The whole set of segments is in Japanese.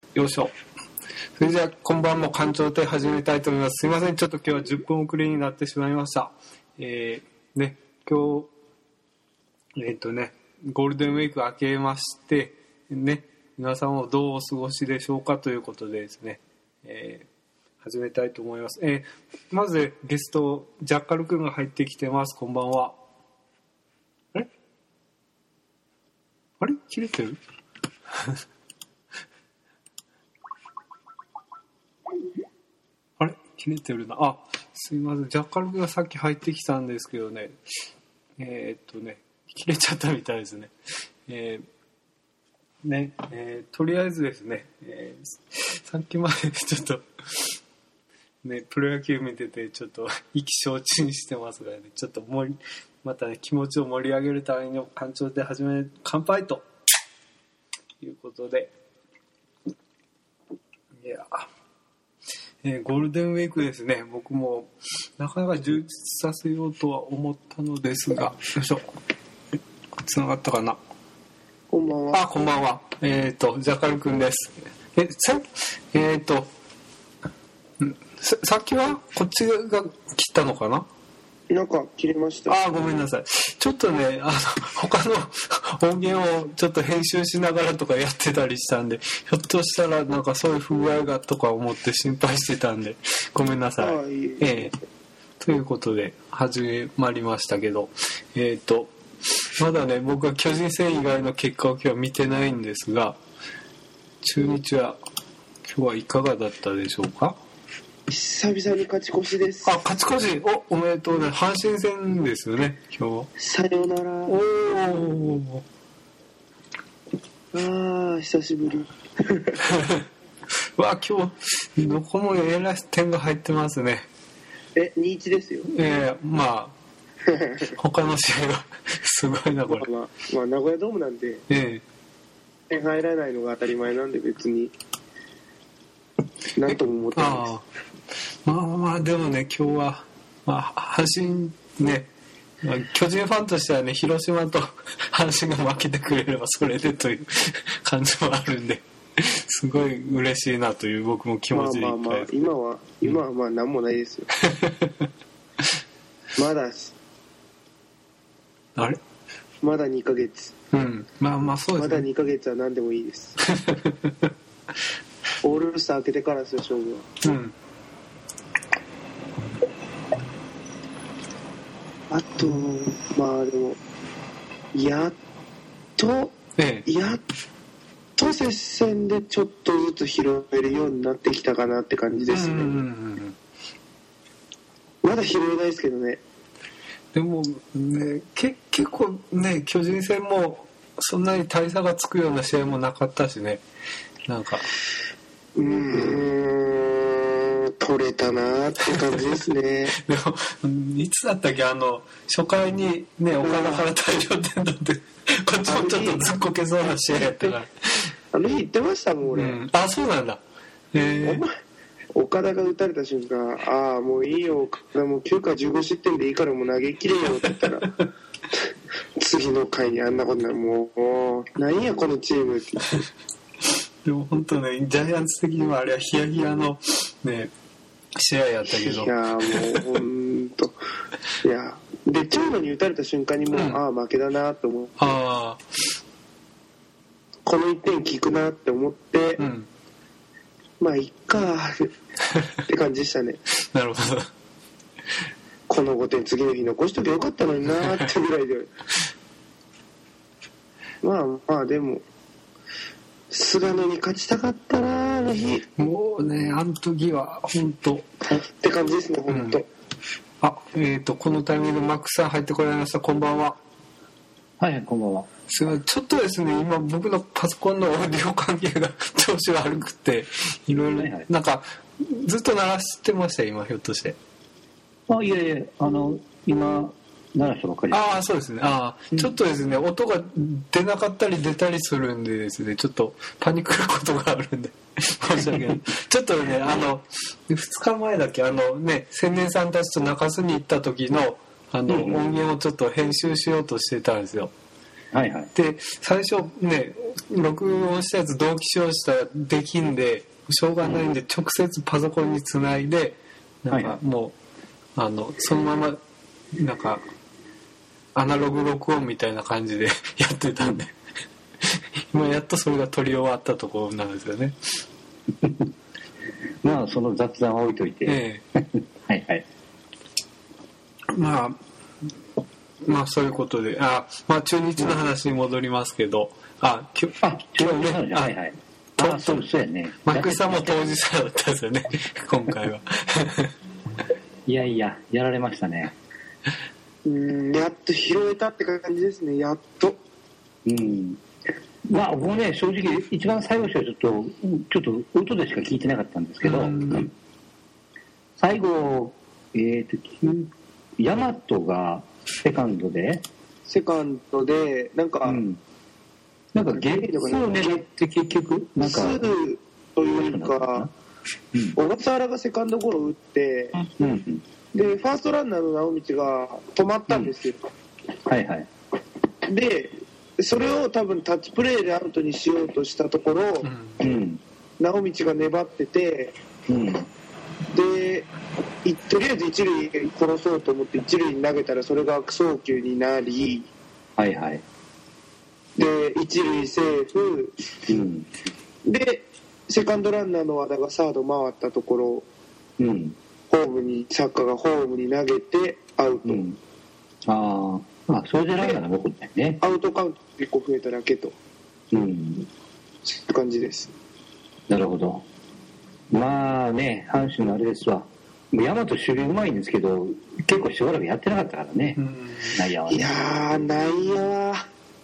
よいしょ。それじゃあ今晩も館長亭始めたいと思います。すいません、ちょっと今日は10分遅れになってしまいました。ね、今日ゴールデンウィーク明けましてね、皆さんはどうお過ごしでしょうかということでですね、始めたいと思います。まずゲストジャッカルくんが入ってきてます。こんばんは。あれ切れてるあれ切れてるな。あ、すいません。ジャッカルがさっき入ってきたんですけどね。切れちゃったみたいですね。とりあえずですね、さっきまでちょっと、ね、プロ野球見てて、ちょっと意気消沈してますがね、ちょっとまたね、気持ちを盛り上げるために館長で始め、乾杯ということで、いや、ゴールデンウィークですね。僕もなかなか充実させようとは思ったのですが、よいしょ。つながったかな。 こんばんは。 あ、こんばんは。ジャカルくんです。さっきはこっちが切ったのかな。 なんか切れました。 あ、ごめんなさい。ちょっとね、他の音源をちょっと編集しながらとかやってたりしたんで、ひょっとしたらなんかそういう不具合がとか思って心配してたんで、ごめんなさい。ということで始まりましたけど、まだね、僕は巨人戦以外の結果を今日は見てないんですが、中日は今日はいかがだったでしょうか。 久々に勝ち越しです。 あ、勝ち越し、おめでとうね。阪神戦ですよね、今日。 さよなら。久しぶり。 わ、今日どこもえらい点が入ってますね。 2-1ですよ。 まあ他の試合がすごいなこれ。 まあ名古屋ドームなんで、点入らないのが当たり前なんで別になんとも思ってないです。 まあでもね、今日は、阪神ね、巨人ファンとしてはね、広島と阪神が負けてくれればそれでという感じもあるんで、すごい嬉しいなという僕も気持ちでいっぱいです。 今はまあ何もないですよ。まだあれ？ まだ2ヶ月。 まあそうですね。 まだ2ヶ月は何でもいいです。オールスター明けてからですよ、勝負は。あと、まあでも、やっと接戦でちょっとずつ拾えるようになってきたかなって感じですね。まだ拾えないですけどね。 でもね、結構ね、巨人戦もそんなに大差がつくような試合もなかったしね、なんか。 取れたなーって感じですね。 でもいつだったっけ、初回にね、岡田から大量点取ってこっちもちょっとずっこけそうな試合やったから。 あの日言ってましたもん俺。 あ、そうなんだ。 岡田が打たれた瞬間、もういいよ、岡田も9か15失点でいいからもう投げきれよって言ったら次の回にあんなことない、もう何やこのチームって。 でも本当ね、ジャイアンツ的にはあれはヒヤヒヤのね試合やったけど、 いやもう本当いやで長野に打たれた瞬間にもう、負けだなと思って、この1点効くなって思って、まあいっかって感じでしたね。 なるほど。 この5点次の日残しときゃよかったのになってぐらいでまあでも菅野に勝ちたかったな、あの日。 もうね、あの時は本当って感じですね、本当。 このタイミングでマックスさん入ってこられました。こんばんは。 はい、こんばんは。 すごい、ちょっとですね、今僕のパソコンのオーディオ関係が調子悪くて、いろいろなんかずっと鳴らしてました。今ひょっとして。 いえ今鳴らしたばっかりです。 そうですね。ちょっとですね、音が出なかったり出たりするんでですね、ちょっとパニックることがあるんで申し訳ない。ちょっとね、2日前だっけ、千年さんたちと中洲に行った時の音源をちょっと編集しようとしてたんですよ。 はいはい。 で最初ね録音したやつ同期消したらできんでしょうがないんで直接パソコンにつないでなんかもうそのままなんかアナログ録音みたいな感じでやってたんで今やっとそれが撮り終わったところなんですよね。 まあその雑談は置いといて、はいはい。 まあそういうことでまあ中日の話に戻りますけど今日ねはいはい。そうやね。 マックさんも当事者だったんですよね今回は。 いやいややられましたね。 やっと拾えたって感じですね。やっと。 まあ僕ね正直一番最後はちょっと音でしか聞いてなかったんですけど、最後ヤマトがセカンドでなんかゲッツーを狙って結局なんかというか、小笠原がセカンドゴロ打って、でファーストランナーの直道が止まったんですよ。 はいはい。 でそれを多分タッチプレーでアウトにしようとしたところ、直道が粘ってて、でとりあえず一塁殺そうと思って一塁に投げたらそれが悪送球になり、 はいはい。 で一塁セーフ、でセカンドランナーの和田がサード回ったところ、サッカーがホームに投げてアウト、 それでランナーが残ったよね。 アウトカウント1個増えただけと、そういう感じです。 なるほど。まあね、阪神のあれですわ。大和守備うまいんですけど結構しばらくやってなかったからね、内野はね。 いやー内野は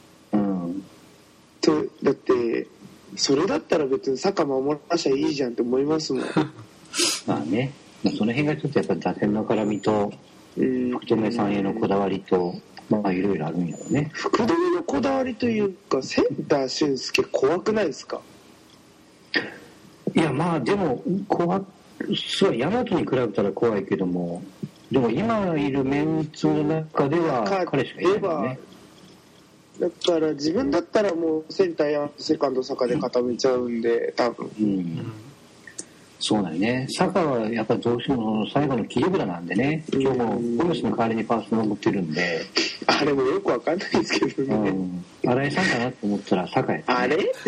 だってそれだったら別に坂守らしゃいいじゃんって思いますもん。 まあね、その辺がちょっとやっぱ打線の絡みと福留さんへのこだわりとまあいろいろあるんやろうね。 福留のこだわりというかセンター俊介怖くないですか？ いやまあでもそう大和に比べたら怖いけども、でも今いるメンツの中では彼しかいないよね。 だから自分だったらもうセンターやセカンド坂で固めちゃうんで多分、 そうだよね。坂はやっぱりどうしても最後の切り札なんでね、今日もゴメスの代わりにファーストを持ってるんで、 あれもよくわかんないですけどね、 新井さんかなと思ったら坂やったね。 あれ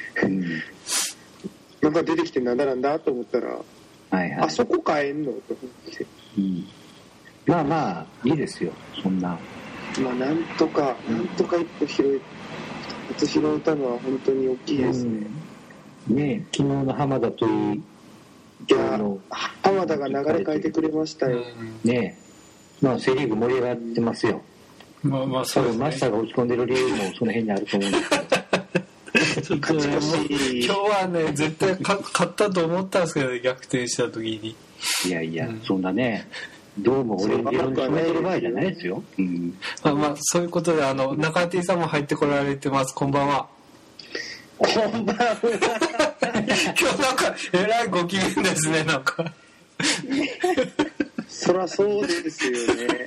なんか出てきてなんだと思ったら、あそこ変えんのと思って、 まあまあいいですよそんな。 まあなんとか一歩拾えたのは本当に大きいですね。 ね、昨日の浜田といい、 浜田が流れ変えてくれましたよ。 ね、まあセ・リーグ盛り上がってますよ。 まあそうですね。 マスターが落ち込んでる理由もその辺にあると思うんですけど。 ちょっとね、今日はね絶対勝ったと思ったんですけど、ね、逆転した時に。 いや、そんなね。どうもオレンジ色に染めてる場合じゃないですよ。 まあそういうことで中手さんも入ってこられてます。こんばんは。 こんばんは。 今日なんかえらいご機嫌ですねなんか。 そらそうですよね。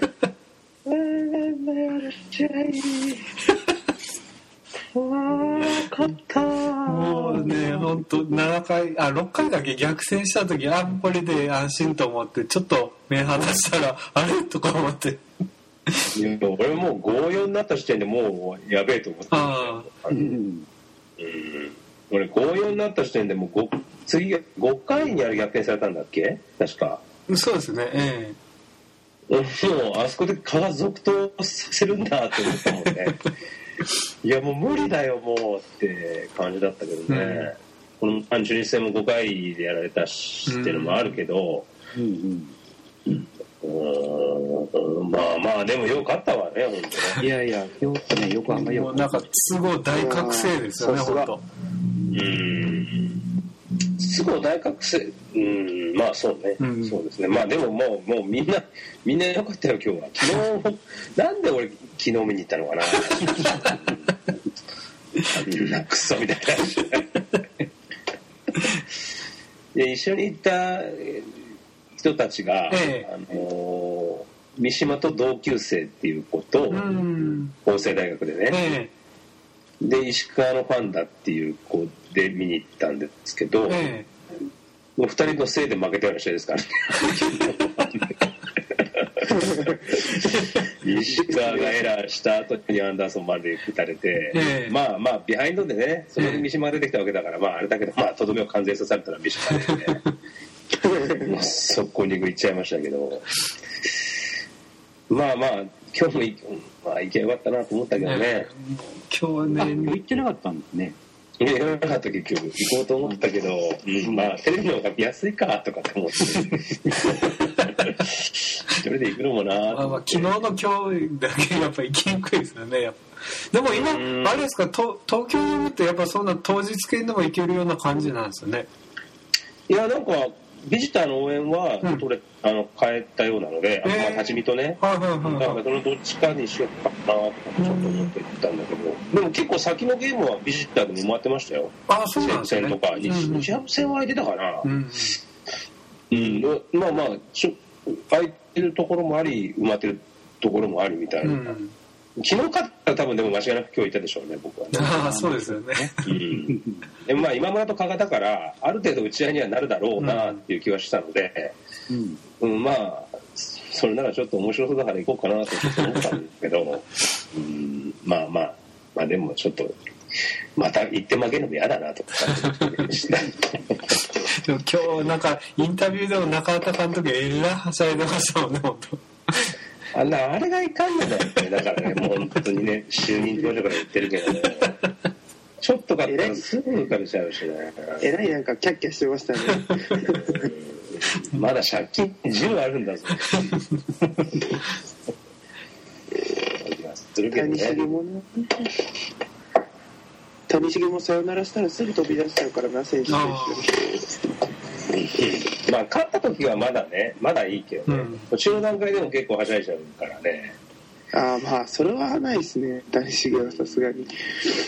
勝ったもうね本当6回だけ逆転した時これで安心と思ってちょっと目離したらあれとか思って。 いや俺もう 5-4 になった時点でもうやべえと思って。俺 5-4 になった時点でもう次が5回に逆転されたんだっけ確か。 そうですね。 もうあそこで蚊が続投させるんだって思ったもんね。いやもう無理だよもうって感じだったけどね、この中日戦も5回でやられたしっていうのもあるけど、まあでもよく勝ったわね本当ね。 いや今日ね横浜もうなんか都合大覚醒ですよね本当。 都合大覚醒、まあそうね、そうですね。まあでももうみんな良かったよ今日は。昨日なんで俺昨日見に行ったのかな。みんなクソみたいな。で一緒に行った人たちが、三島と同級生っていう子と、法政大学でね、 で石川のファンだっていう子で見に行ったんですけど、もう2人のせいで負けたような試合ですからね石川がエラーした後にアンダーソンまで打たれて、まあまあビハインドでね、それで三島が出てきたわけだから、まああれだけど、まあとどめを完全さされたら三島でねもう速攻に行っちゃいましたけど、まあまあ今日もまあ行けばよかったなと思ったけどね。 今日ね行ってなかったんですね。 行かなかった、結局行こうと思ったけど、まあテレビの方が安いかとかって思って一人で行くのもなーと思って。 昨日の今日だけやっぱ行きにくいですよね、やっぱ。でも今あれですか、東京ドームってやっぱそんな当日券でも行けるような感じなんですよね。 いやなんかビジターの応援は変えたようなので、立ち見とね、だからそのどっちかにしようかなとかちょっと思ってたんだけど、でも結構先のゲームはビジターでも回ってましたよ。 そうなんですね。 戦とか日ハム戦は空いてたかな。まあまあ空いてるところもあり埋まってるところもありみたいな。昨日勝ったら多分でも間違いなく今日行ったでしょうね、僕はね。 そうですよね。 でもまあ今村と加賀だからある程度打ち合いにはなるだろうなっていう気はしたので、まあそれならちょっと面白そうだから行こうかなとちょっと思ったんですけどまあでもちょっとまた行って負けるのも嫌だなとかでも今日なんかインタビューでも中畑監督えらいはしゃいでましたもんね、本当。 あれがいかんのだよね。だからね、もう本当にね、就任当初から言ってるけどね、ちょっとかったらすぐ浮かれちゃうしね。 えらいなんかキャッキャしてましたねまだ借金10あるんだぞ谷繁もさよならしたらすぐ飛び出しちゃうからな、選手とまあ勝った時はまだいいけどね、途中の段階でも結構はしゃいじゃうからね。 まあそれはないですね、谷繁はさすがに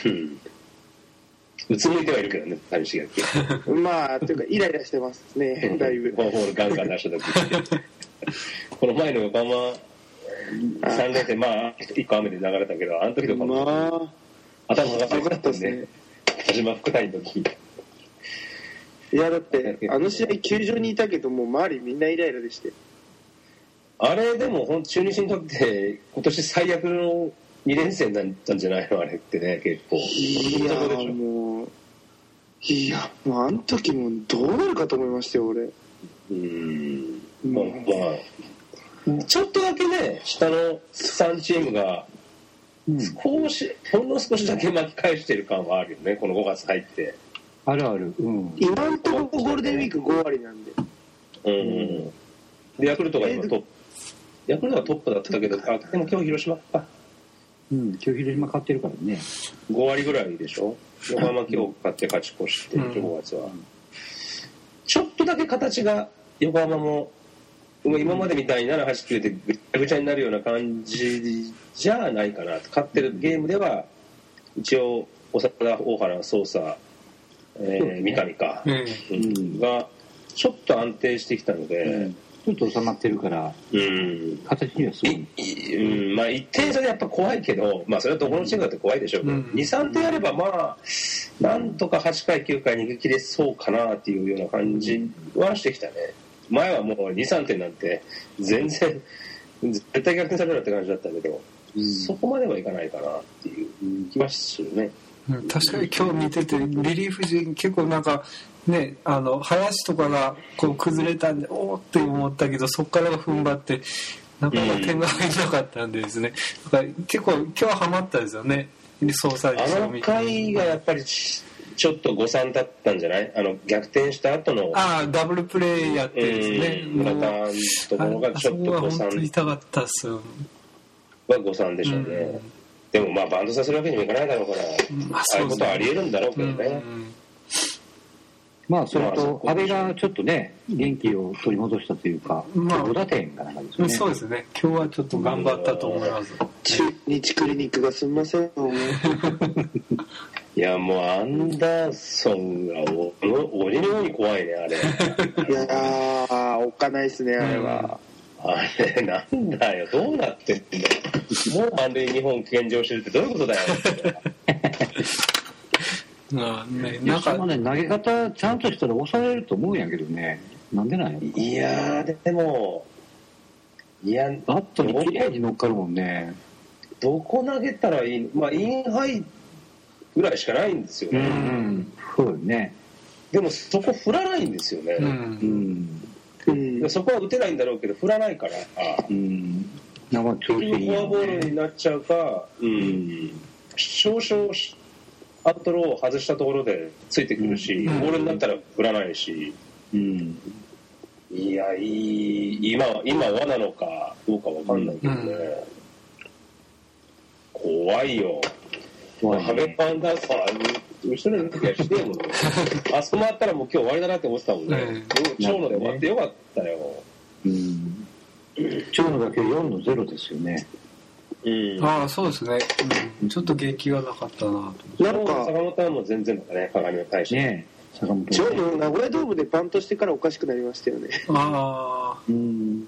うつむいてはいるけどね、谷繁まあというかイライラしてますねだいぶフォアボールガンガン出した時この前の横浜3連戦、まあ1個雨で流れたけど、あの時とかも、頭が良かったですね、田島福谷の時。 いやだってあの試合球場にいたけどもう周りみんなイライラでして、 あれでも中日にとって今年最悪の2連戦だったんじゃないのあれってね、結構。 いやもうあの時もどうなるかと思いましたよ俺。 まあちょっとだけね、下の3チームが少し、ほんの少しだけ巻き返してる感はあるよね、この5月入って。 あるある、 今のところゴールデンウィーク5割なんで。 でヤクルトが今トップ、ヤクルトはトップだったけど、でも今日広島か。 今日広島勝ってるからね。 5割ぐらいでしょ。横浜今日勝って勝ち越して、5月は。ちょっとだけ形が横浜も今までみたいに7、8、9でぐちゃぐちゃになるような感じじゃないかなと。勝ってるゲームでは一応長田、大原、捜査、三上か、がちょっと安定してきたので、 ちょっと収まってるから、形にはすごい。 まあ1点差でやっぱ怖いけど、まあそれはどこのチームだって怖いでしょうけど、2、3点あればまあなんとか8回9回逃げ切れそうかなっていうような感じはしてきたね。前はもう 2,3 点なんて全然絶対逆転されるって感じだったけど、そこまではいかないかなっていう気はするね。 確かに今日見ててリリーフ陣結構なんかね、林とかがこう崩れたんでおーって思ったけど、そこから踏ん張ってなかなか点が入らなかったんでですね、だから結構今日はハマったですよね、総裁回がやっぱりちょっと誤算だったんじゃない？逆転した後のダブルプレーやってですね、 村田のところがちょっと誤算。 本当に痛かったっすよ。 は誤算でしょうね。でもまあバントさせるわけにもいかないだろうから、ああいうことはあり得るんだろうけどね。 まあそれと阿部がちょっとね元気を取り戻したというか、5打点かなんかですよね。そうですね。今日はちょっと頑張ったと思います。 中日クリニックがすみません。 いやもうアンダーソンが鬼のように怖いねあれ。 いやーおっかないですねあれは。 あれなんだよ、どうなってんだよ。もう満塁2本献上してるってどういうことだよ。 まあね、 なんかね、投げ方ちゃんとしたら抑えれると思うんやけどね。なんでなんやろ。 いやーでもバットに綺麗に乗っかるもんね。 どこ投げたらいいの、まあインハイぐらいしかないんですよね。 そうよね。 でもそこ振らないんですよね。そこは打てないんだろうけど振らないから。 なんか調子いいフォアボールになっちゃうか、少々アウトローを外したところでついてくるし、ボールになったら振らないし、いや今はなのかどうかわかんないけどね、怖いよ。ハメパンダーさん後ろに出てきゃしてえもんね。あそこ回ったらもう今日終わりだなって思ってたもんね。長野で終わってよかったよ。 長野だけ4-0ですよね。 ああ、そうですね。ちょっと元気がなかったなと。 なんか坂本はもう全然だね、鏡を対して。 長野名古屋ドームでバントしてからおかしくなりましたよね。 ああ。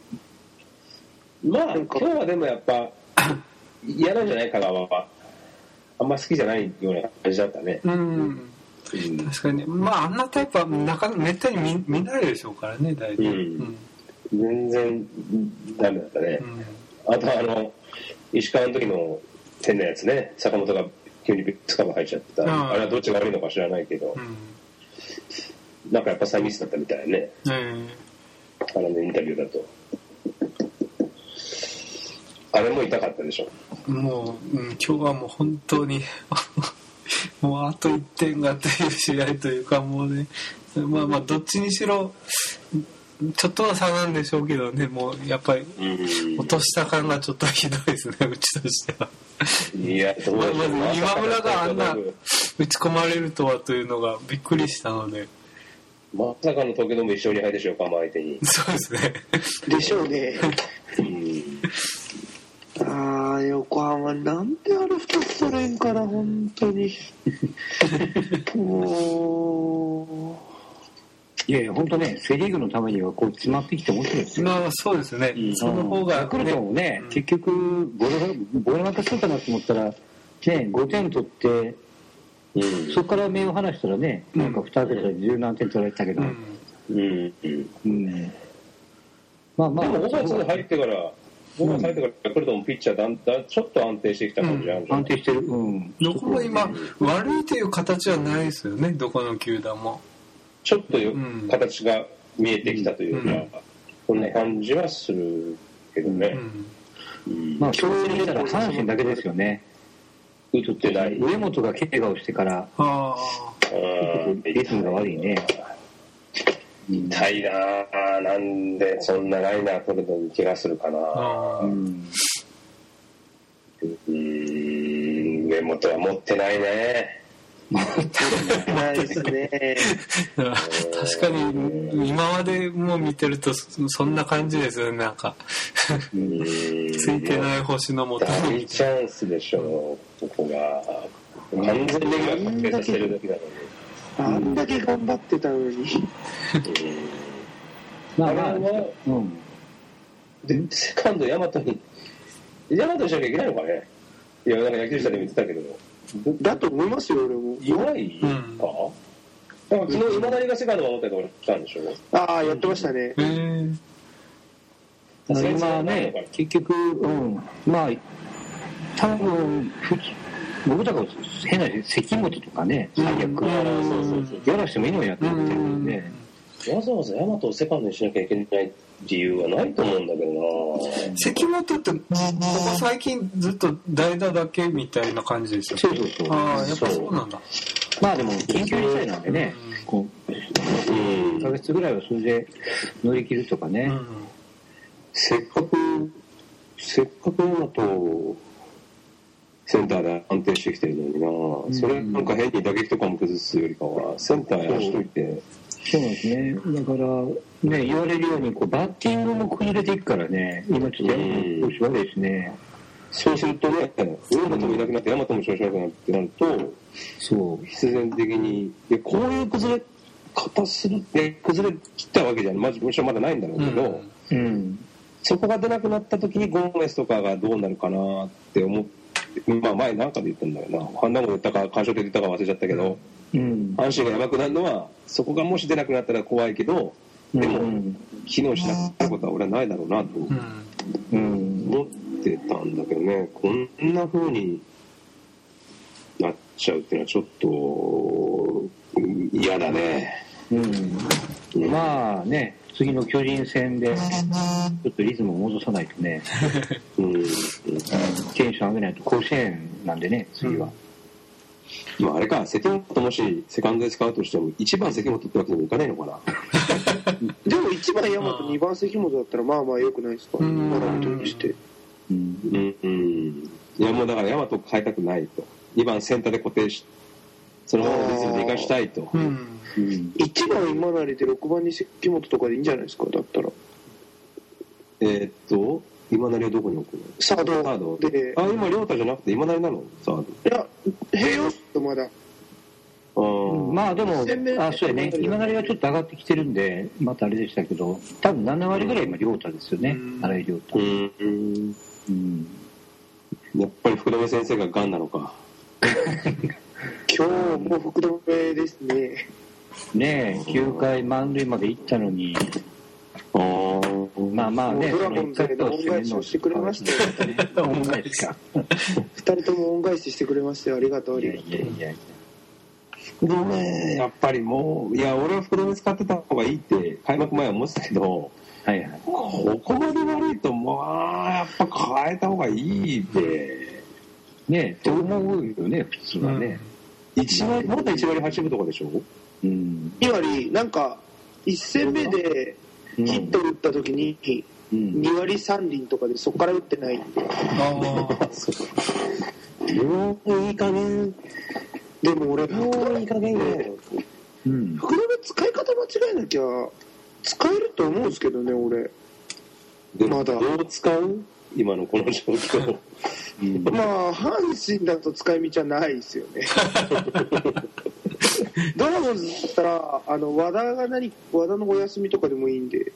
まあ今日はでもやっぱ嫌なんじゃない、香川は。あんま好きじゃないような感じだったね。 確かに。まああんなタイプはめったに見ないでしょうからね、大体。 全然ダメだったね。あと石川の時の変なやつね、坂本が急にビッグスカバー入っちゃった。あれはどっちが悪いのか知らないけど、なんかやっぱサイミスだったみたいね。インタビューだと。あれも痛かったでしょ。 もう、今日はもう本当にもうあと1点がという試合というか、もうね、まあどっちにしろちょっとは差なんでしょうけどね、もうやっぱり落とした感がちょっとひどいですね、うちとしては。 いや、どうまず今村があんな打ち込まれるとはというのがびっくりしたので。 まさかの東京ドーム1勝2敗でしょうか、相手に。 そうですね。 でしょうね。横浜なんであれ2つ取れんから本当に。もういや本当ね、セリーグのためにはこう詰まってきて面白いですよ。 そうですね。その方がヤクルトもね、結局ボール負けするかなと思ったらね、5点取って、そこから目を離したらね、なんか2桁で10何点取られたけど、まあでも5月に入ってからヤクルトもピッチャーちょっと安定してきた感じあるじゃん。 安定してる。 どこも今悪いという形はないですよね、どこの球団も。 ちょっと形が見えてきたというか、こんな感じはするけどね。 まあそう見たら阪神だけですよね。 打ってない。 上本が怪我をしてからリズムが悪いね。 痛いなぁ。なんでそんなライナー取るのに気がするかな。上本は持ってないね。 ないですね。 確かに今までも見てるとそんな感じですよね、なんかついてない星のもと大チャンスでしょ、ここが完全に確定させるだけなのに。 あんだけ頑張ってたのに。 でセカンド大和にしなきゃいけないのかね。いや、なんか野球者で見てたけど。 だと思いますよ、俺も。 弱いか、なんか昨日今成がセカンド守ってたところ来たんでしょ。 ああ、やってましたね。 今ね、結局、まあ多分僕とか変な関本とかね、最悪やらしてもいいのやって思ってるんで、 わざわざ大和をセカンドにしなきゃいけない理由はないと思うんだけどな。 関本ってここ最近ずっと代打だけみたいな感じでしたっけ。 そうああ、やっぱそうなんだ。 まあでも緊急事態なんでね、こう1ヶ月ぐらいはそれで乗り切るとかね。 せっかく大和センターで安定してきてるのにな、それなんか変に打撃とかも崩すよりかはセンターやらしといて。 そうなんですね。だからね、言われるようにこうバッティングも崩れていくからね、今ちょっと調子悪いですね。 そうするとね、大和もいなくなって大和も調子悪くなってなると、そう必然的にこういう崩れ方するって崩れ切ったわけじゃない、もちろんまだないんだろうけど、そこが出なくなった時にゴメスとかがどうなるかなって思っまあ前なんかで言ったんだよな、ファンダンゴで言ったか干渉で言ったか忘れちゃったけど、阪神がやばくなるのはそこがもし出なくなったら怖いけど、でも機能しなくなることは俺はないだろうなと思ってたんだけどね、こんな風になっちゃうっていうのはちょっと嫌だね。 まあね、次の巨人戦でちょっとリズムを戻さないとね、テンション上げないと、甲子園なんでね、次は。 まああれか、関本もしセカンドで使うとしても1番関本ってわけにもいかないのかな。 でも1番大和2番関本だったらまあまあ良くないですか、並びとして。 いやもうだから大和変えたくないと、2番センターで固定し、そのままのリズムで生かしたいと。 1番今成で6番に関本とかでいいんじゃないですか、だったら。 今成はどこに置くの？ サードで。 今亮太じゃなくて今成なの？サード。 いや、併用するとまだ。 まあでも、そうやね、今成はちょっと上がってきてるんで、またあれでしたけど、多分7割ぐらい今亮太ですよね、新井亮太。 やっぱり福留先生がガンなのか。 今日も福留ですね。 ねえ、9回満塁まで行ったのに、まあまあね、 ドラゴンズで恩返しをしてくれましたよね。 恩返しか。 2人とも恩返ししてくれましたよ、ありがとう、ありがとう。 福留、やっぱりもう、いや、俺は福留使ってた方がいいって開幕前は思ってたけど、ここまで悪いと、まあ、やっぱ変えた方がいいで。 ねえ、と思うよね、普通はね。 1割、まだ1割8分とかでしょ 2割、なんか、1戦目でヒット打った時に、2割3厘とかでそこから打ってないんで。 もういい加減。 でも俺、 もういい加減ね。 福留使い方間違えなきゃ使えると思うんですけどね、俺。まだ。 どう使う？今のこの状況。 まあ、阪神だと使い道はないですよね。ドラゴンズだったら、和田のお休みとかでもいいんで。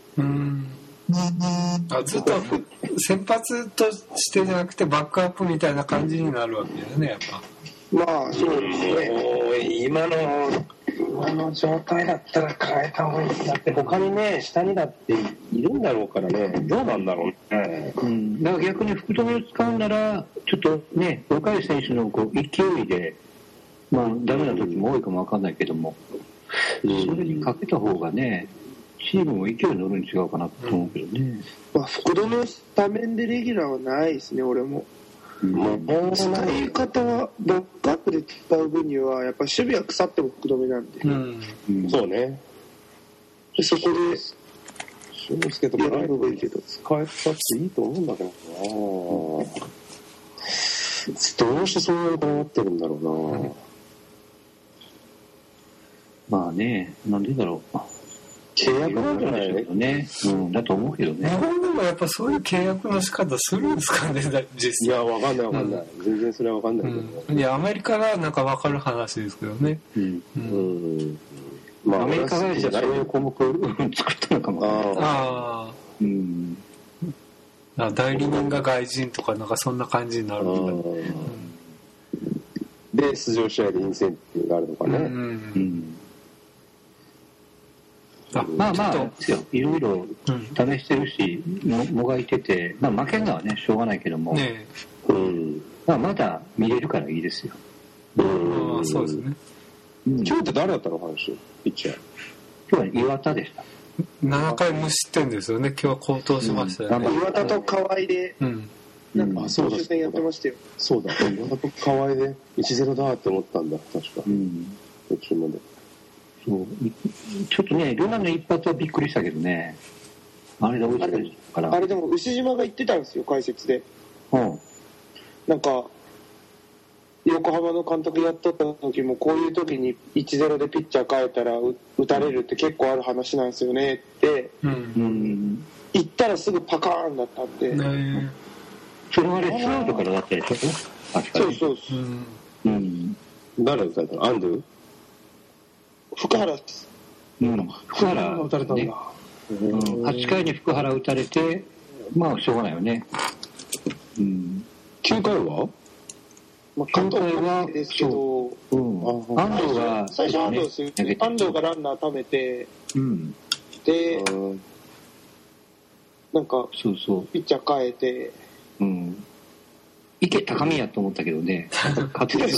ずっと先発としてじゃなくてバックアップみたいな感じになるわけだよね、やっぱ。 まあそうですね。 今の状態だったら変えた方がいい。だって他にね、下にだっているんだろうからね、どうなんだろうね。 だから逆に福留を使うなら、ちょっとね、若い選手のこう勢いで、まあダメな時も多いかもわかんないけども、それにかけた方がね、チームも勢いに乗るに違うかなと思うけどね。 まあ福留のスタメンでレギュラーはないですね、俺も。使い方はバックアップで使う分にはやっぱ守備は腐っても福留なんで、 そうね。 でそこで俊介とかやるのがいいけど使えたっていいと思うんだけどな。どうしてそういうことになってるんだろうな。まあね、なんでだろう。 契約なんじゃないね。だと思うけどね。 日本でもやっぱそういう契約の仕方するんですかね、実際。 いや、わかんない。全然それはわかんないけど。 いや、アメリカがなんかわかる話ですけどね。 まあ、アメリカがじゃそういう項目を作ったのかも。 代理人が外人とかなんかそんな感じになるんだ。で、出場試合でインセンティブがあるのかね。 まあまあ、いろいろ試してるし、もがいてて、まあ負けるのはね、しょうがないけども、まあまだ見れるからいいですよ。 そうですね。 今日って誰だったの、阪神ピッチャー？ 今日は岩田でした。 7回無失点ですよね。今日は好投しましたよね。 岩田と河合で、なんか投手戦やってましたよ。 そうだ、岩田と河合で 1-0 だって思ったんだ、確か。途中まで。 そうちょっとね、ルナの一発はびっくりしたけどね、あれで追いつかれたから。 あれでも牛島が言ってたんですよ、解説で。なんか横浜の監督やっとった時もこういう時に 1-0 でピッチャー変えたら打たれるって結構ある話なんですよねって言ったらすぐパカーンだったんで、 それはね、ツーアウトからだったでしょ。 そう誰打たれたの？アンドゥ？ 福原です。 福原打たれたんだ。 8回に福原打たれて、まあしょうがないよね。 9回はまあ、加藤はですけど、 安藤が最初安藤ですよ。安藤がランナー貯めて、で、なんかそうそうピッチャー変えて、 池高宮と思ったけどね、勝てる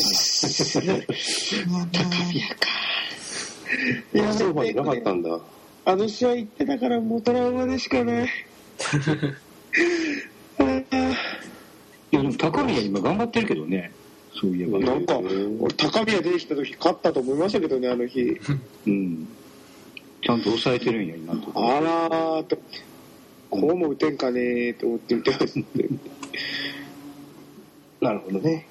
高宮か。 いや、そうまでなかったんだ。 あの試合行ってたからもうトラウマでしかない。 いやでも高宮今頑張ってるけどね、そういえば。 なんか俺高宮出てきた時勝ったと思いましたけどね、あの日。 ちゃんと抑えてるんや今のところ。 あらーと、こうも打てんかねーと思って見てます。 なるほどね。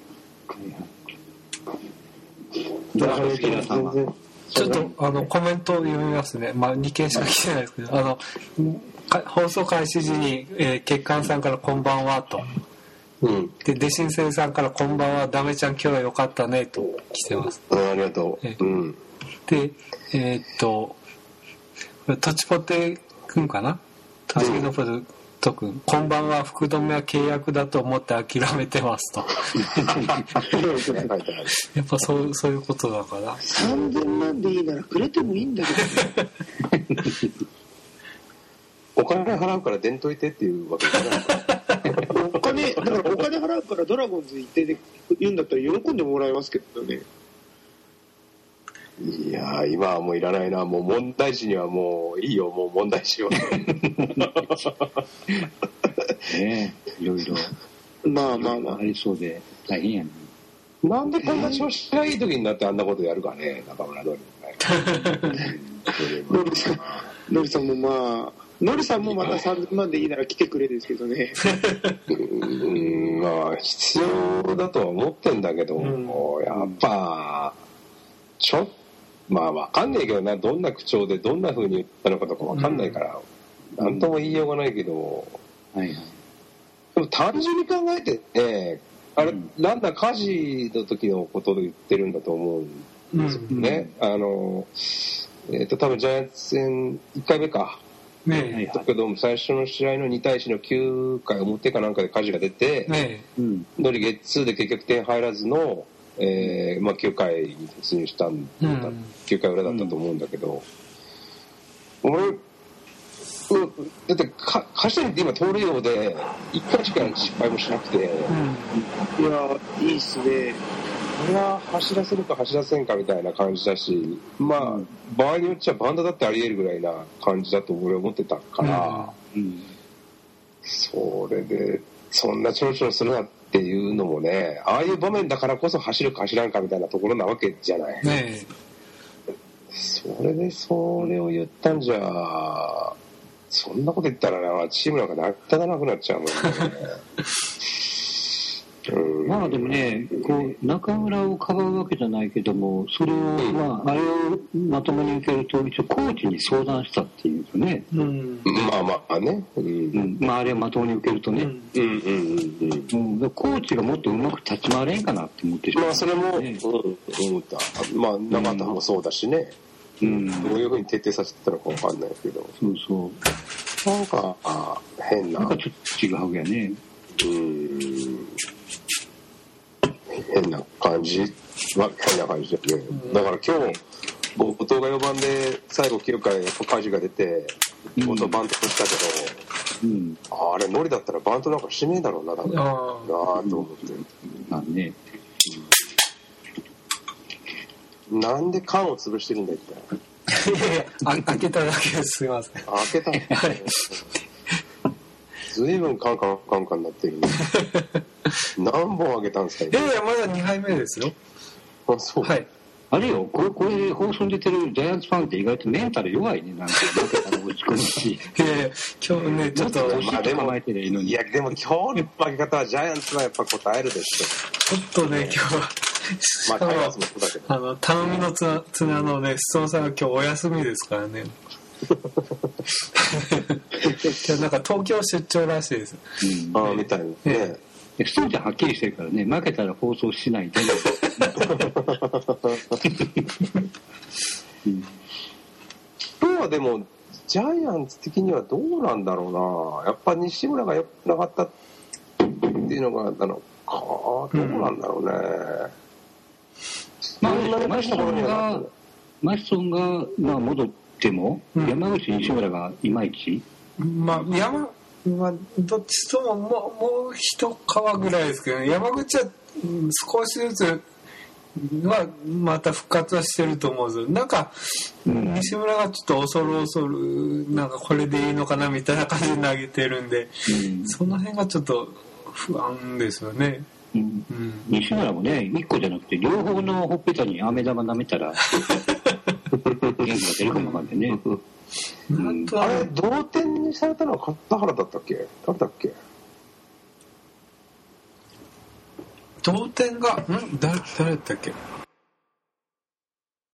だから好きなさんはちょっとコメントを読みますね。まあ2件しか来てないですけど、放送開始時に、血管さんからこんばんはと。で、デシンセンさんからこんばんは、ダメちゃん今日は良かったねと来てます。 ありがとう。 で、トチポテくんかな、栃木のポテトくん、こんばんは、福留は契約だと思って諦めてますと。やっぱそういうことだから。 3000万でいいならくれてもいいんだけど、ね、 お金払うから出んといてっていうわけじゃないお金払うからドラゴンズ行って言うんだったら喜んでもらえますけどね。 いやー、今はもういらないな。もう問題児にはもういいよ、もう問題児は。 ねえ、いろいろまあありそうで大変やね。 なんでこんな調子がいい時になってあんなことやるかね、中村ノリ。 ノリさんもまた3000万でいいなら来てくれですけどね。 まあ必要だとは思ってんだけど、やっぱまあわかんないけどな、どんな口調でどんな風に言ったのかとかわかんないから、なんとも言いようがないけど、でも単純に考えてね、あれ、なんだ火事の時のことで言ってるんだと思うんですよね。多分ジャイアンツ戦1回目か。東京ドーム最初の試合の2対1の9回表かなんかで火事が出て、ノリゲッツーで結局点入らずの、9回に突入したんだ、9回裏だったと思うんだけど、俺だって柏谷って今盗塁王で1回しか失敗もしなくて、 いやいいっすね。 これは走らせるか走らせんかみたいな感じだし、まあ場合によっちゃバンドだってありえるぐらいな感じだと俺は思ってたから、それでそんなちょろちょろするなっていうのもね、ああいう場面だからこそ走るか走らんかみたいなところなわけじゃない。それでそれを言ったんじゃ、そんなこと言ったらな、チームなんかなったらなくなっちゃうもんね。 まあでもね、中村をかばうわけじゃないけども、それを、あれをまともに受けると一応コーチに相談したっていうとね、 まあね、 あれをまともに受けるとね、コーチがもっとうまく立ち回れんかなって思ってしまう、 それも、思った。中田もそうだしね、どういうふうに徹底させてたのか分かんないけど、なんか変な、 なんかちょっと違うやね。 変な感じは変な感じだよね。だから今日後藤が4番で最後9回火事が出て後藤バントしたけど、あれノリだったらバントなんかしねえだろうな多分なぁと思って、なんで缶を潰してるんだよっていや開けただけです。すいません。 開けたずいぶんカンカンになってる何本あげたんですか。 いやまだ2杯目ですよ。 あ、そう。 はい。 あれよ、これ放送に出てるジャイアンツファンって意外とメンタル弱いね。なんか負けたら落ち込むし。 いや今日ねちょっとでも今日の負け方はジャイアンツはやっぱ答えるでしょ。 ちょっとね今日はタイガースもそうだけど。 頼みの綱のね質問さんが今日お休みですからね。今日なんか東京出張らしいです。 みたいね。 ストーンちゃんはっきりしてるからね、負けたら放送しないで。 今日はでもジャイアンツ的にはどうなんだろうな。やっぱ西村が良くなかったっていうのがどうなんだろうね。 マシソンが、まあ、戻っても、山口西村がいまいち。 まあどっちとももう一皮ぐらいですけど、ね、山口は少しずつはまた復活はしてると思うんですよ。なんか西村がちょっと恐るなんかこれでいいのかなみたいな感じで投げてるんで、その辺がちょっと不安ですよね。 西村もね、1個じゃなくて両方のほっぺたに飴玉舐めたら元気が出るかもわかんないね。 あれ同点にされたのは片原だったっけ？誰だっけ？ 同点が誰だったっけ？